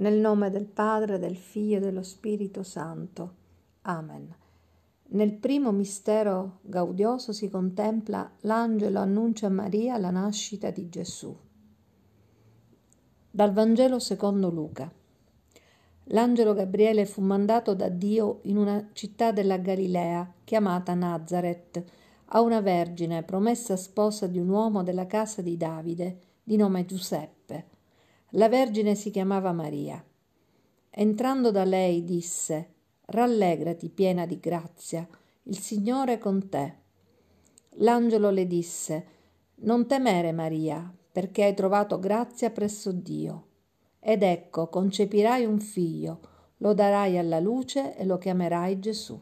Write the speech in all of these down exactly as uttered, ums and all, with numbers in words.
Nel nome del Padre, del Figlio e dello Spirito Santo. Amen. Nel primo mistero gaudioso si contempla l'angelo annuncia a Maria la nascita di Gesù. Dal Vangelo secondo Luca. L'angelo Gabriele fu mandato da Dio in una città della Galilea chiamata Nazaret a una vergine promessa sposa di un uomo della casa di Davide di nome Giuseppe. La vergine si chiamava Maria. Entrando da lei disse: «Rallegrati, piena di grazia, il Signore è con te». L'angelo le disse: «Non temere, Maria, perché hai trovato grazia presso Dio. Ed ecco, concepirai un figlio, lo darai alla luce e lo chiamerai Gesù».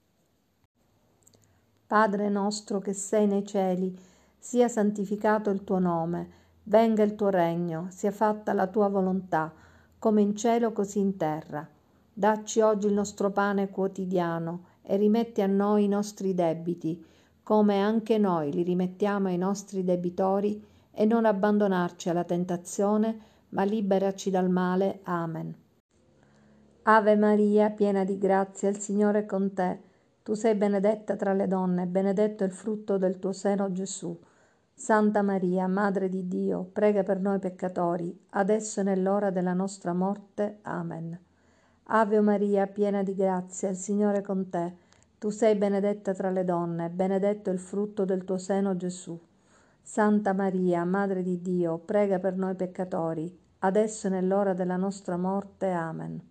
Padre nostro che sei nei cieli, sia santificato il tuo nome, venga il tuo regno, sia fatta la tua volontà, come in cielo così in terra. Dacci oggi il nostro pane quotidiano e rimetti a noi i nostri debiti, come anche noi li rimettiamo ai nostri debitori, e non abbandonarci alla tentazione, ma liberaci dal male. Amen. Ave Maria, piena di grazia, il Signore è con te. Tu sei benedetta tra le donne, benedetto è il frutto del tuo seno, Gesù. Santa Maria, Madre di Dio, prega per noi peccatori, adesso e nell'ora della nostra morte. Amen. Ave Maria, piena di grazia, il Signore è con te. Tu sei benedetta tra le donne, benedetto è il frutto del tuo seno, Gesù. Santa Maria, Madre di Dio, prega per noi peccatori, adesso e nell'ora della nostra morte. Amen.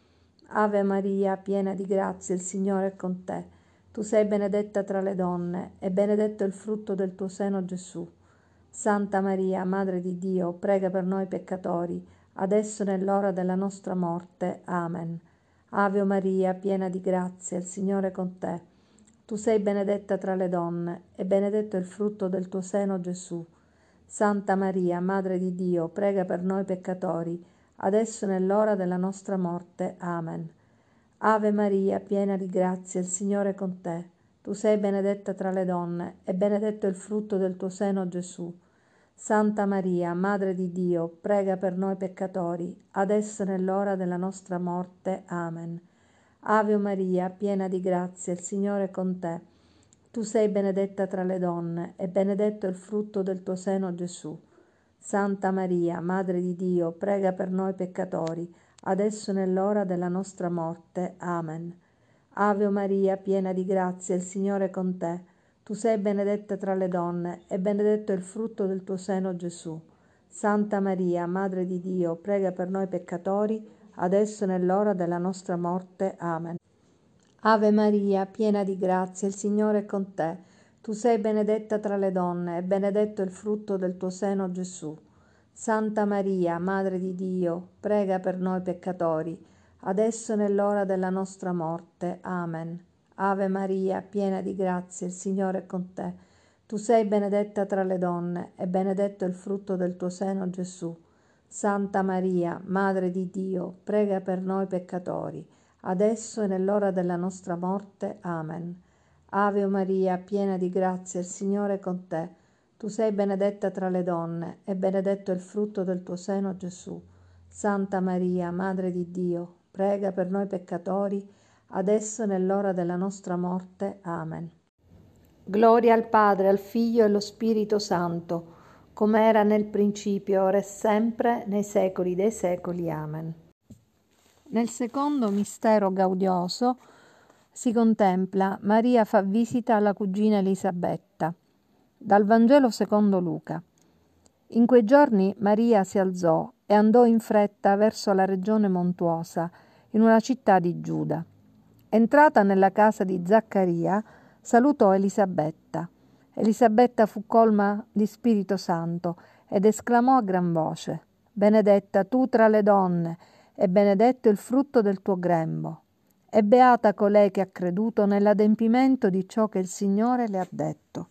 Ave Maria, piena di grazia, il Signore è con te. Tu sei benedetta tra le donne, e benedetto è il frutto del tuo seno, Gesù. Santa Maria, Madre di Dio, prega per noi peccatori, adesso e nell'ora della nostra morte. Amen. Ave Maria, piena di grazia, il Signore è con te. Tu sei benedetta tra le donne, e benedetto è il frutto del tuo seno, Gesù. Santa Maria, Madre di Dio, prega per noi peccatori, adesso e nell'ora della nostra morte. Amen. Ave Maria, piena di grazia, il Signore è con te. Tu sei benedetta tra le donne, e benedetto è il frutto del tuo seno, Gesù. Santa Maria, Madre di Dio, prega per noi peccatori, adesso e nell'ora della nostra morte. Amen. Ave Maria, piena di grazia, il Signore è con te. Tu sei benedetta tra le donne, e benedetto è il frutto del tuo seno, Gesù. Santa Maria, Madre di Dio, prega per noi peccatori, adesso e nell'ora della nostra morte. Amen. Ave Maria, piena di grazia, il Signore è con te. Tu sei benedetta tra le donne, e benedetto è il frutto del tuo seno, Gesù. Santa Maria, Madre di Dio, prega per noi peccatori, adesso e nell'ora della nostra morte. Amen. Ave Maria, piena di grazia, il Signore è con te. Tu sei benedetta tra le donne, e benedetto è il frutto del tuo seno, Gesù. Santa Maria, Madre di Dio, prega per noi peccatori, adesso e nell'ora della nostra morte. Amen. Ave Maria, piena di grazia, il Signore è con te. Tu sei benedetta tra le donne, e benedetto è il frutto del tuo seno, Gesù. Santa Maria, Madre di Dio, prega per noi peccatori, adesso e nell'ora della nostra morte. Amen. Ave Maria, piena di grazia, il Signore è con te. Tu sei benedetta tra le donne, e benedetto è il frutto del tuo seno, Gesù. Santa Maria, Madre di Dio, prega per noi peccatori, adesso e nell'ora della nostra morte. Amen. Gloria al Padre, al Figlio e allo Spirito Santo, come era nel principio, ora e sempre, nei secoli dei secoli. Amen. Nel secondo mistero gaudioso si contempla Maria fa visita alla cugina Elisabetta. Dal Vangelo secondo Luca. In quei giorni Maria si alzò e andò in fretta verso la regione montuosa, in una città di Giuda. Entrata nella casa di Zaccaria, salutò Elisabetta. Elisabetta fu colma di Spirito Santo ed esclamò a gran voce: «Benedetta tu tra le donne, e benedetto il frutto del tuo grembo. E beata colei che ha creduto nell'adempimento di ciò che il Signore le ha detto».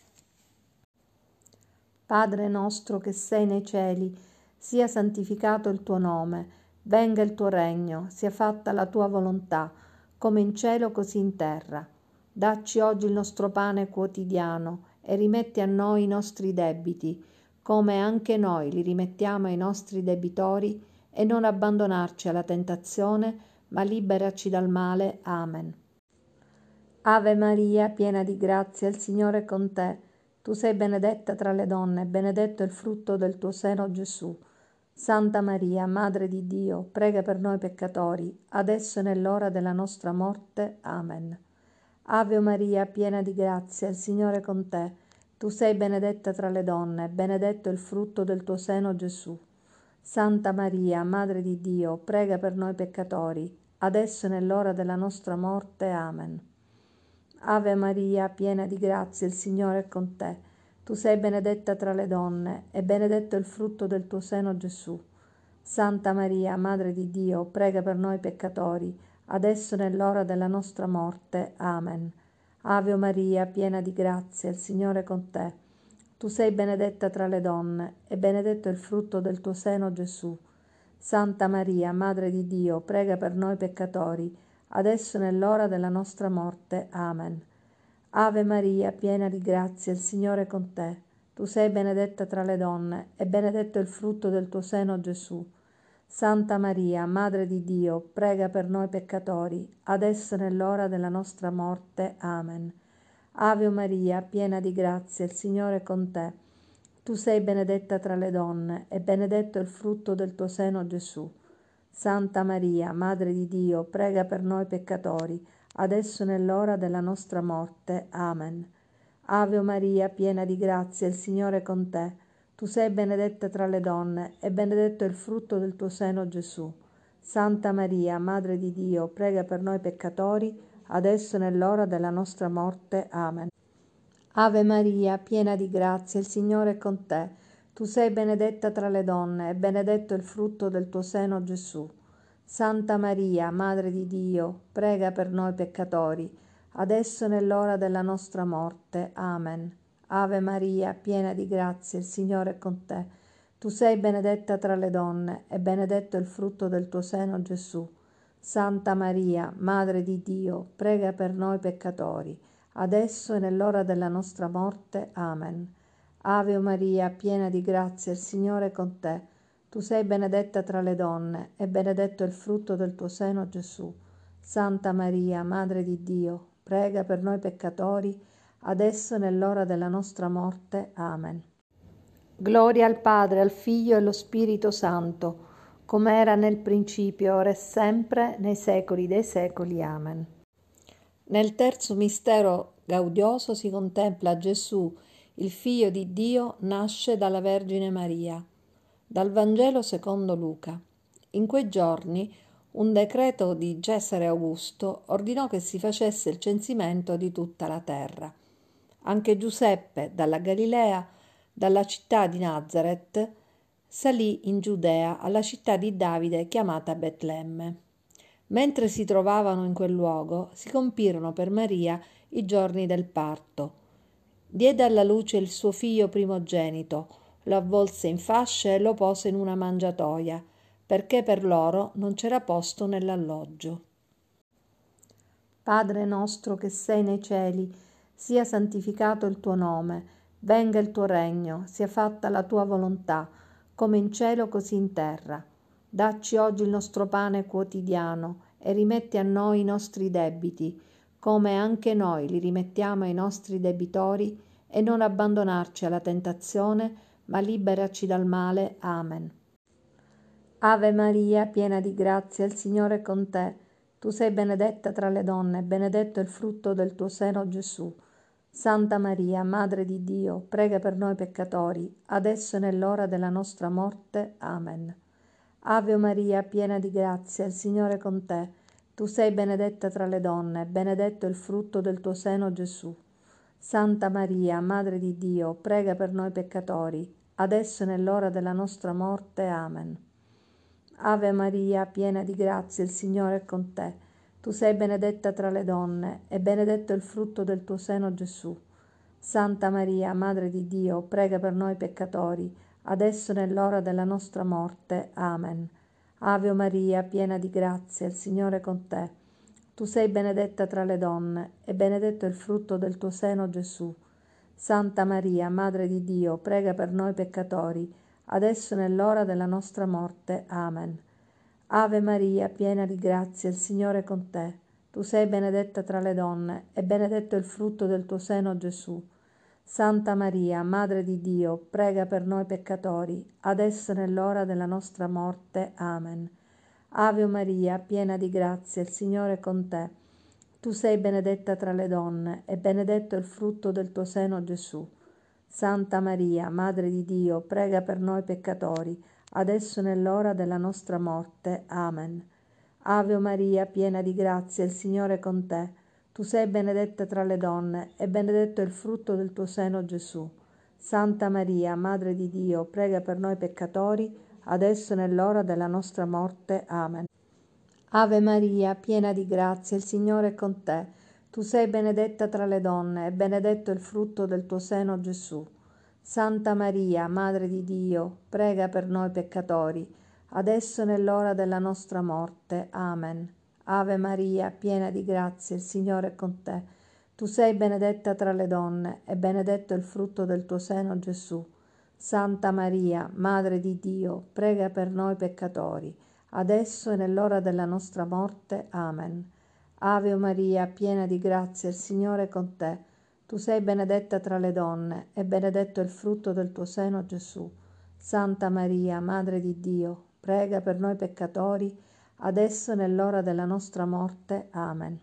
Padre nostro che sei nei cieli, sia santificato il tuo nome, venga il tuo regno, sia fatta la tua volontà, come in cielo così in terra. Dacci oggi il nostro pane quotidiano e rimetti a noi i nostri debiti, come anche noi li rimettiamo ai nostri debitori, e non abbandonarci alla tentazione, ma liberaci dal male. Amen. Ave Maria, piena di grazia, il Signore è con te. Tu sei benedetta tra le donne, e benedetto è il frutto del tuo seno, Gesù. Santa Maria, Madre di Dio, prega per noi peccatori, adesso e nell'ora della nostra morte. Amen. Ave Maria, piena di grazia, il Signore è con te. Tu sei benedetta tra le donne, e benedetto è il frutto del tuo seno, Gesù. Santa Maria, Madre di Dio, prega per noi peccatori, adesso e nell'ora della nostra morte. Amen. Ave Maria, piena di grazia, il Signore è con te. Tu sei benedetta tra le donne, e benedetto è il frutto del tuo seno, Gesù. Santa Maria, Madre di Dio, prega per noi peccatori, adesso e nell'ora della nostra morte. Amen. Ave Maria, piena di grazia, il Signore è con te. Tu sei benedetta tra le donne, e benedetto è il frutto del tuo seno, Gesù. Santa Maria, Madre di Dio, prega per noi peccatori, adesso e nell'ora della nostra morte. Amen. Ave Maria, piena di grazia, il Signore è con te. Tu sei benedetta tra le donne, e benedetto è il frutto del tuo seno, Gesù. Santa Maria, Madre di Dio, prega per noi peccatori, adesso e nell'ora della nostra morte. Amen. Ave Maria, piena di grazia, il Signore è con te. Tu sei benedetta tra le donne, e benedetto è il frutto del tuo seno, Gesù. Santa Maria, Madre di Dio, prega per noi peccatori, adesso e nell'ora della nostra morte. Amen. Ave Maria, piena di grazia, il Signore è con te. Tu sei benedetta tra le donne, e benedetto è il frutto del tuo seno, Gesù. Santa Maria, Madre di Dio, prega per noi peccatori, adesso e nell'ora della nostra morte. Amen. Ave Maria, piena di grazia, il Signore è con te. Tu sei benedetta tra le donne, e benedetto è il frutto del tuo seno, Gesù. Santa Maria, Madre di Dio, prega per noi peccatori, adesso e nell'ora della nostra morte. Amen. Ave Maria, piena di grazia, il Signore è con te. Tu sei benedetta tra le donne, e benedetto è il frutto del tuo seno, Gesù. Santa Maria, Madre di Dio, prega per noi peccatori, adesso e nell'ora della nostra morte. Amen. Ave Maria, piena di grazia, il Signore è con te. Tu sei benedetta tra le donne, e benedetto è il frutto del tuo seno, Gesù. Santa Maria, Madre di Dio, prega per noi peccatori, adesso e nell'ora della nostra morte. Amen. Gloria al Padre, al Figlio e allo Spirito Santo, come era nel principio, ora e sempre, nei secoli dei secoli. Amen. Nel terzo mistero gaudioso si contempla Gesù, il Figlio di Dio, nasce dalla Vergine Maria. Dal Vangelo secondo Luca. In quei giorni un decreto di Cesare Augusto ordinò che si facesse il censimento di tutta la terra. Anche Giuseppe, dalla Galilea, dalla città di Nazaret, salì in Giudea alla città di Davide chiamata Betlemme. Mentre si trovavano in quel luogo, si compirono per Maria i giorni del parto. Diede alla luce il suo figlio primogenito, lo avvolse in fasce e lo pose in una mangiatoia, perché per loro non c'era posto nell'alloggio. Padre nostro che sei nei cieli, sia santificato il tuo nome, venga il tuo regno, sia fatta la tua volontà, come in cielo così in terra. Dacci oggi il nostro pane quotidiano e rimetti a noi i nostri debiti, come anche noi li rimettiamo ai nostri debitori, e non abbandonarci alla tentazione, ma liberaci dal male. Amen. Ave Maria, piena di grazia, il Signore è con te. Tu sei benedetta tra le donne, e benedetto è il frutto del tuo seno, Gesù. Santa Maria, Madre di Dio, prega per noi peccatori, adesso e nell'ora della nostra morte. Amen. Ave Maria, piena di grazia, il Signore è con te. Tu sei benedetta tra le donne, e benedetto è il frutto del tuo seno, Gesù. Santa Maria, Madre di Dio, prega per noi peccatori, adesso e nell'ora della nostra morte. Amen. Ave Maria, piena di grazia, il Signore è con te. Tu sei benedetta tra le donne, e benedetto è il frutto del tuo seno, Gesù. Santa Maria, Madre di Dio, prega per noi peccatori, adesso e nell'ora della nostra morte. Amen. Ave Maria, piena di grazia, il Signore è con te. Tu sei benedetta tra le donne, e benedetto è il frutto del tuo seno, Gesù. Santa Maria, Madre di Dio, prega per noi peccatori, adesso e nell'ora della nostra morte. Amen. Ave Maria, piena di grazia, il Signore è con te. Tu sei benedetta tra le donne, e benedetto è il frutto del tuo seno, Gesù. Santa Maria, Madre di Dio, prega per noi peccatori, adesso e nell'ora della nostra morte. Amen. Ave Maria, piena di grazia, il Signore è con te. Tu sei benedetta tra le donne, e benedetto è il frutto del tuo seno, Gesù. Santa Maria, Madre di Dio, prega per noi peccatori, adesso e nell'ora della nostra morte. Amen. Ave Maria, piena di grazia, il Signore è con te. Tu sei benedetta tra le donne, e benedetto è il frutto del tuo seno, Gesù. Santa Maria, Madre di Dio, prega per noi peccatori, adesso e nell'ora della nostra morte. Amen. Ave Maria, piena di grazia, il Signore è con te. Tu sei benedetta tra le donne, e benedetto è il frutto del tuo seno, Gesù. Santa Maria, Madre di Dio, prega per noi peccatori, adesso e nell'ora della nostra morte. Amen. Ave Maria, piena di grazia, il Signore è con te. Tu sei benedetta tra le donne, e benedetto è il frutto del tuo seno, Gesù. Santa Maria, Madre di Dio, prega per noi peccatori, adesso e nell'ora della nostra morte. Amen. Ave Maria, piena di grazia, il Signore è con te. Tu sei benedetta tra le donne, e benedetto è il frutto del tuo seno, Gesù. Santa Maria, Madre di Dio, prega per noi peccatori, adesso e nell'ora della nostra morte. Amen.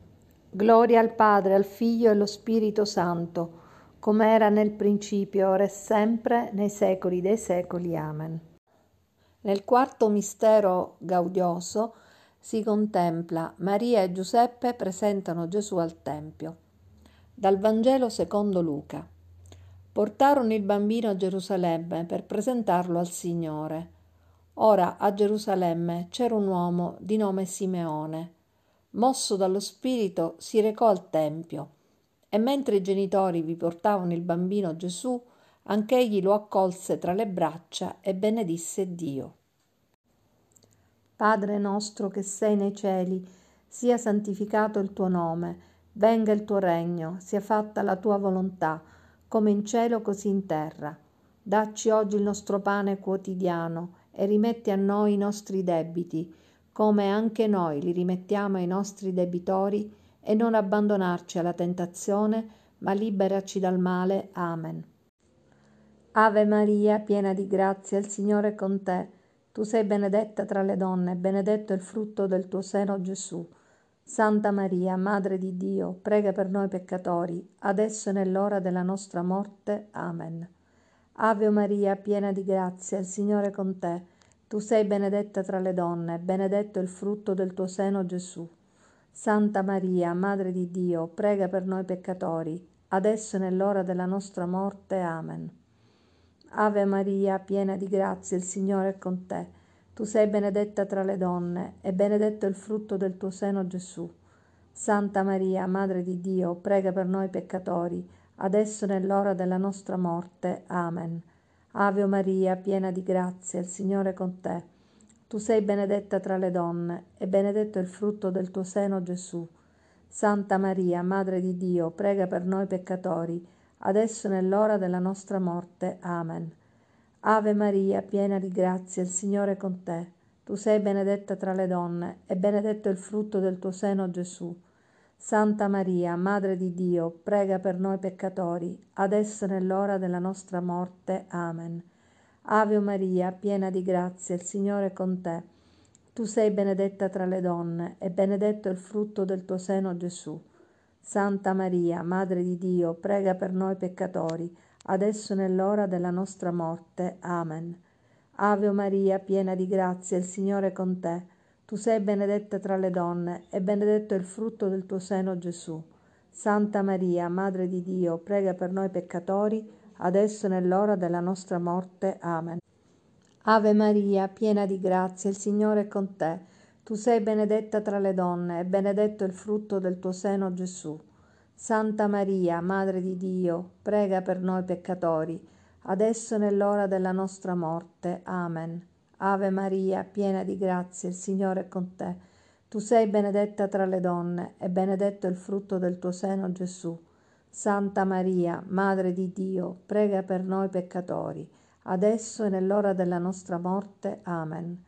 Gloria al Padre, al Figlio e allo Spirito Santo, come era nel principio, ora e sempre, nei secoli dei secoli. Amen. Nel quarto mistero gaudioso si contempla Maria e Giuseppe presentano Gesù al Tempio. Dal Vangelo secondo Luca. Portarono il bambino a Gerusalemme per presentarlo al Signore. Ora a Gerusalemme c'era un uomo di nome Simeone. Mosso dallo Spirito si recò al Tempio, e mentre i genitori vi portavano il bambino Gesù, anch'egli lo accolse tra le braccia e benedisse Dio. Padre nostro che sei nei cieli, sia santificato il tuo nome, venga il tuo regno, sia fatta la tua volontà, come in cielo così in terra. Dacci oggi il nostro pane quotidiano e rimetti a noi i nostri debiti, come anche noi li rimettiamo ai nostri debitori, e non abbandonarci alla tentazione, ma liberaci dal male. Amen. Ave Maria, piena di grazia, il Signore è con te. Tu sei benedetta tra le donne, e benedetto è il frutto del tuo seno, Gesù. Santa Maria, Madre di Dio, prega per noi peccatori, adesso e nell'ora della nostra morte. Amen. Ave Maria, piena di grazia, il Signore è con te. Tu sei benedetta tra le donne, e benedetto è il frutto del tuo seno, Gesù. Santa Maria, Madre di Dio, prega per noi peccatori, adesso e nell'ora della nostra morte. Amen. Ave Maria, piena di grazia, il Signore è con te. Tu sei benedetta tra le donne, e benedetto è il frutto del tuo seno, Gesù. Santa Maria, Madre di Dio, prega per noi peccatori, adesso e nell'ora della nostra morte. Amen. Ave Maria, piena di grazia, il Signore è con te. Tu sei benedetta tra le donne, e benedetto è il frutto del tuo seno, Gesù. Santa Maria, Madre di Dio, prega per noi peccatori, adesso e nell'ora della nostra morte. Amen. Ave Maria, piena di grazia, il Signore è con te. Tu sei benedetta tra le donne, e benedetto è il frutto del tuo seno, Gesù. Santa Maria, Madre di Dio, prega per noi peccatori, adesso e nell'ora della nostra morte. Amen. Ave Maria, piena di grazia, il Signore è con te. Tu sei benedetta tra le donne, e benedetto è il frutto del tuo seno, Gesù. Santa Maria, Madre di Dio, prega per noi peccatori, adesso e nell'ora della nostra morte. Amen. Ave Maria, piena di grazia, il Signore è con te. Tu sei benedetta tra le donne, e benedetto è il frutto del tuo seno, Gesù. Santa Maria, Madre di Dio, prega per noi peccatori, adesso e nell'ora della nostra morte. Amen. Ave Maria, piena di grazia, il Signore è con te. Tu sei benedetta tra le donne, e benedetto è il frutto del tuo seno, Gesù. Santa Maria, Madre di Dio, prega per noi peccatori, adesso e nell'ora della nostra morte. Amen. Ave Maria, piena di grazia, il Signore è con te. Tu sei benedetta tra le donne, e benedetto è il frutto del tuo seno, Gesù. Santa Maria, Madre di Dio, prega per noi peccatori, adesso e nell'ora della nostra morte. Amen.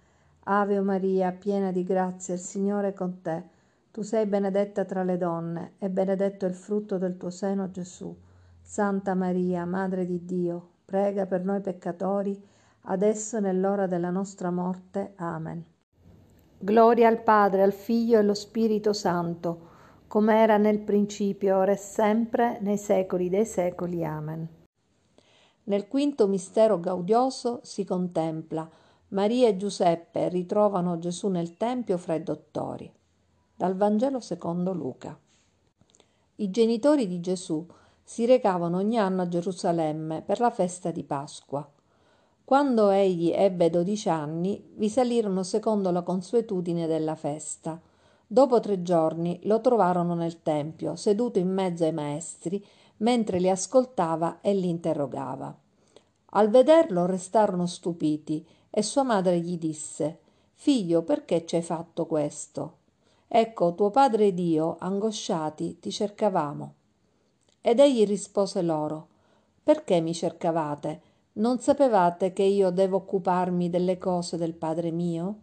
Ave Maria, piena di grazia, il Signore è con te. Tu sei benedetta tra le donne, e benedetto è il frutto del tuo seno, Gesù. Santa Maria, Madre di Dio, prega per noi peccatori, adesso e nell'ora della nostra morte. Amen. Gloria al Padre, al Figlio e allo Spirito Santo, come era nel principio, ora e sempre, nei secoli dei secoli. Amen. Nel quinto mistero gaudioso si contempla Maria e Giuseppe ritrovano Gesù nel Tempio fra i dottori. Dal Vangelo secondo Luca. I genitori di Gesù si recavano ogni anno a Gerusalemme per la festa di Pasqua. Quando egli ebbe dodici anni, vi salirono secondo la consuetudine della festa. Dopo tre giorni lo trovarono nel Tempio, seduto in mezzo ai maestri, mentre li ascoltava e li interrogava. Al vederlo restarono stupiti e sua madre gli disse: «Figlio, perché ci hai fatto questo? Ecco, tuo padre ed io, angosciati, ti cercavamo». Ed egli rispose loro: «Perché mi cercavate? Non sapevate che io devo occuparmi delle cose del Padre mio?»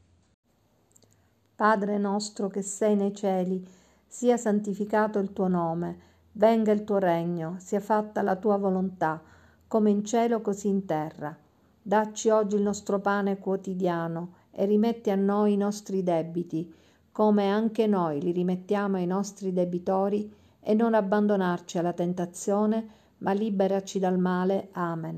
Padre nostro che sei nei cieli, sia santificato il tuo nome, venga il tuo regno, sia fatta la tua volontà, come in cielo così in terra. Dacci oggi il nostro pane quotidiano e rimetti a noi i nostri debiti, come anche noi li rimettiamo ai nostri debitori, e non abbandonarci alla tentazione, ma liberaci dal male. Amen.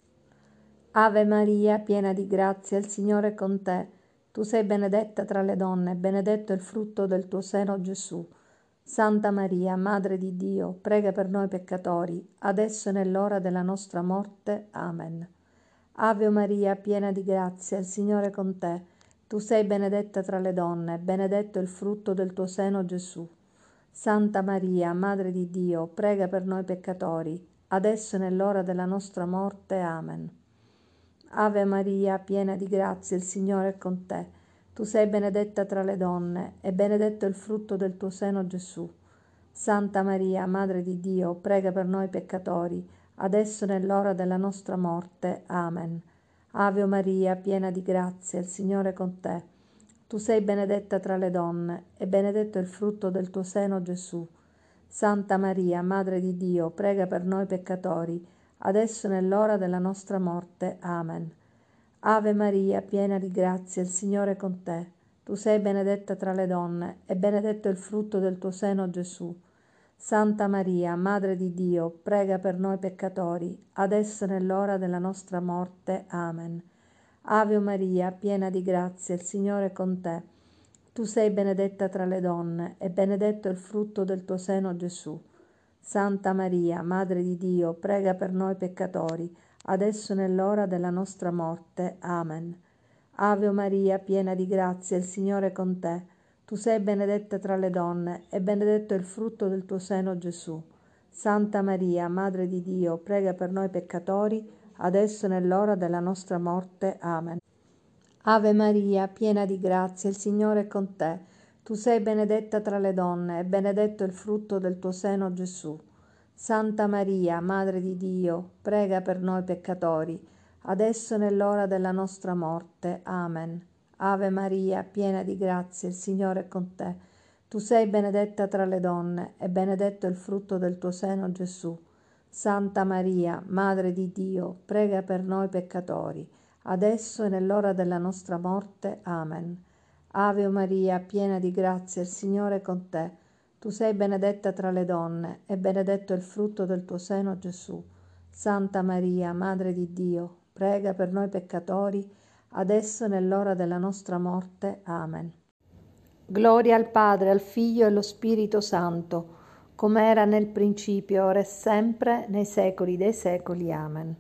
Ave Maria, piena di grazia, il Signore è con te. Tu sei benedetta tra le donne, e benedetto è il frutto del tuo seno, Gesù. Santa Maria, Madre di Dio, prega per noi peccatori, adesso e nell'ora della nostra morte. Amen. Ave Maria, piena di grazia, il Signore è con te. Tu sei benedetta tra le donne, e benedetto è il frutto del tuo seno, Gesù. Santa Maria, Madre di Dio, prega per noi peccatori, adesso e nell'ora della nostra morte. Amen. Ave Maria, piena di grazia, il Signore è con te. Tu sei benedetta tra le donne, e benedetto è il frutto del tuo seno, Gesù. Santa Maria, Madre di Dio, prega per noi peccatori, adesso e nell'ora della nostra morte. Amen. Ave Maria, piena di grazia, il Signore è con te. Tu sei benedetta tra le donne, e benedetto è il frutto del tuo seno, Gesù. Santa Maria, Madre di Dio, prega per noi peccatori, adesso e nell'ora della nostra morte. Amen. Ave Maria, piena di grazia, il Signore è con te. Tu sei benedetta tra le donne, e benedetto è il frutto del tuo seno, Gesù. Santa Maria, Madre di Dio, prega per noi peccatori, adesso e nell'ora della nostra morte. Amen. Ave Maria, piena di grazia, il Signore è con te. Tu sei benedetta tra le donne, e benedetto è il frutto del tuo seno, Gesù. Santa Maria, Madre di Dio, prega per noi peccatori, adesso e nell'ora della nostra morte. Amen. Ave Maria, piena di grazia, il Signore è con te. Tu sei benedetta tra le donne, e benedetto è il frutto del tuo seno, Gesù. Santa Maria, Madre di Dio, prega per noi peccatori, adesso e nell'ora della nostra morte. Amen. Ave Maria, piena di grazia, il Signore è con te. Tu sei benedetta tra le donne, e benedetto è il frutto del tuo seno, Gesù. Santa Maria, Madre di Dio, prega per noi peccatori, adesso e nell'ora della nostra morte. Amen. Ave Maria, piena di grazia, il Signore è con te. Tu sei benedetta tra le donne, e benedetto è il frutto del tuo seno, Gesù. Santa Maria, Madre di Dio, prega per noi peccatori, adesso e nell'ora della nostra morte. Amen. Ave Maria, piena di grazia, il Signore è con te. Tu sei benedetta tra le donne, e benedetto è il frutto del tuo seno, Gesù. Santa Maria, Madre di Dio, prega per noi peccatori, adesso e nell'ora della nostra morte. Amen. Gloria al Padre, al Figlio e allo Spirito Santo, come era nel principio, ora e sempre, nei secoli dei secoli. Amen.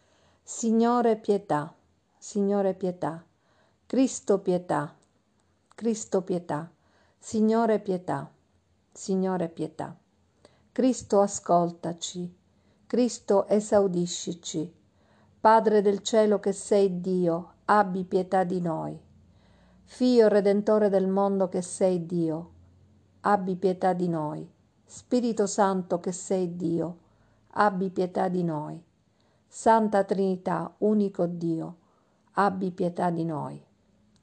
Signore pietà, Signore pietà, Cristo pietà, Cristo pietà, Signore pietà, Signore pietà. Cristo ascoltaci, Cristo esaudiscici. Padre del cielo che sei Dio, abbi pietà di noi. Figlio Redentore del mondo che sei Dio, abbi pietà di noi. Spirito Santo che sei Dio, abbi pietà di noi. Santa Trinità, unico Dio, abbi pietà di noi.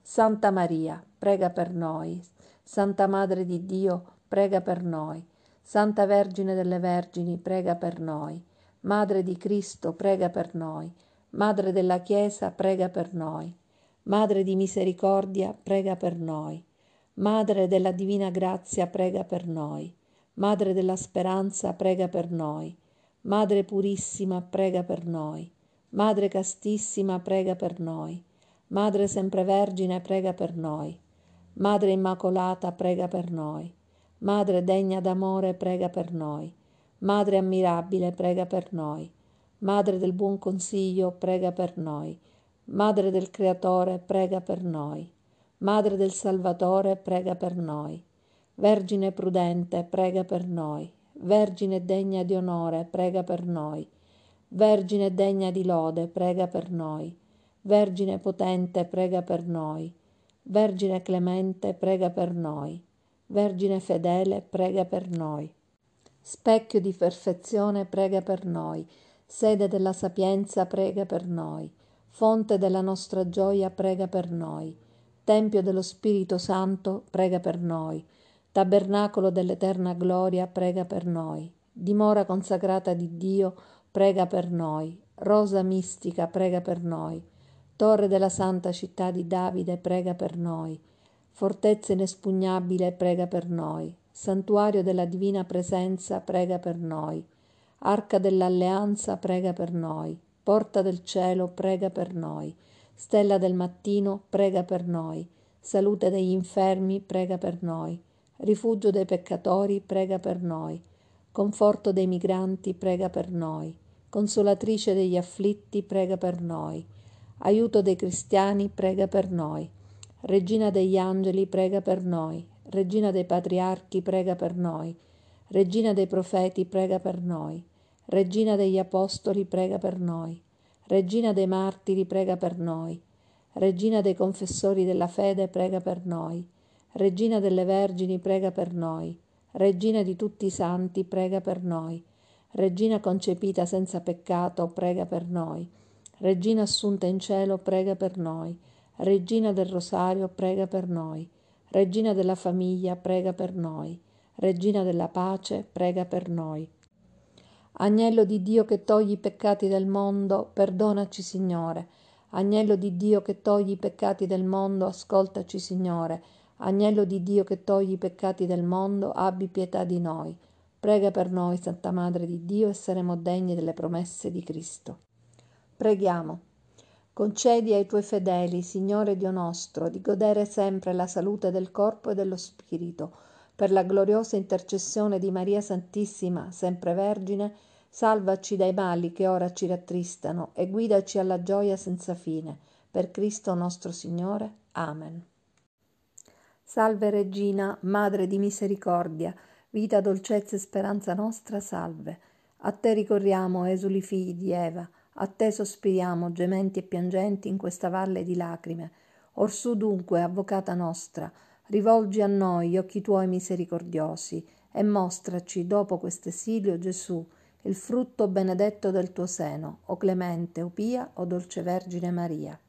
Santa Maria, prega per noi. Santa Madre di Dio, prega per noi. Santa Vergine delle Vergini, prega per noi. Madre di Cristo, prega per noi. Madre della Chiesa, prega per noi. Madre di misericordia, prega per noi. Madre della divina grazia, prega per noi. Madre della speranza, prega per noi. Madre purissima, prega per noi. Madre castissima, prega per noi. Madre sempre vergine, prega per noi. Madre immacolata, prega per noi. Madre degna d'amore, prega per noi. Madre ammirabile, prega per noi. Madre del buon consiglio, prega per noi. Madre del Creatore, prega per noi. Madre del Salvatore, prega per noi. Vergine prudente, prega per noi. Vergine degna di onore, prega per noi. Vergine degna di lode, prega per noi. Vergine potente, prega per noi. Vergine clemente, prega per noi. Vergine fedele, prega per noi. Specchio di perfezione, prega per noi. Sede della sapienza, prega per noi. Fonte della nostra gioia, prega per noi. Tempio dello Spirito Santo, prega per noi. Tabernacolo dell'eterna gloria, prega per noi. Dimora consacrata di Dio, prega per noi. Rosa mistica, prega per noi. Torre della santa città di Davide, prega per noi. Fortezza inespugnabile, prega per noi. Santuario della divina presenza, prega per noi. Arca dell'alleanza, prega per noi. Porta del cielo, prega per noi. Stella del mattino, prega per noi. Salute degli infermi, prega per noi. Rifugio dei peccatori, prega per noi. Conforto dei migranti, prega per noi. Consolatrice degli afflitti, prega per noi. Aiuto dei cristiani, prega per noi. Regina degli angeli, prega per noi. Regina dei patriarchi, prega per noi. Regina dei profeti, prega per noi. Regina degli apostoli, prega per noi. Regina dei martiri, prega per noi. Regina dei confessori della fede, prega per noi. Regina delle vergini, prega per noi. Regina di tutti i santi, prega per noi. Regina concepita senza peccato, prega per noi. Regina assunta in cielo, prega per noi. Regina del Rosario, prega per noi. Regina della famiglia, prega per noi. Regina della pace, prega per noi. Agnello di Dio che togli i peccati del mondo, perdonaci, Signore. Agnello di Dio che togli i peccati del mondo, ascoltaci, Signore. Agnello di Dio che togli i peccati del mondo, abbi pietà di noi. Prega per noi, Santa Madre di Dio, e saremo degni delle promesse di Cristo. Preghiamo. Concedi ai tuoi fedeli, Signore Dio nostro, di godere sempre la salute del corpo e dello spirito. Per la gloriosa intercessione di Maria Santissima, sempre Vergine, salvaci dai mali che ora ci rattristano e guidaci alla gioia senza fine. Per Cristo nostro Signore. Amen. Salve Regina, Madre di misericordia, vita, dolcezza e speranza nostra, salve. A te ricorriamo, esuli figli di Eva, a te sospiriamo, gementi e piangenti in questa valle di lacrime. Orsù dunque, avvocata nostra, rivolgi a noi gli occhi tuoi misericordiosi e mostraci, dopo quest'esilio, Gesù, il frutto benedetto del tuo seno, o clemente, o pia, o dolce Vergine Maria.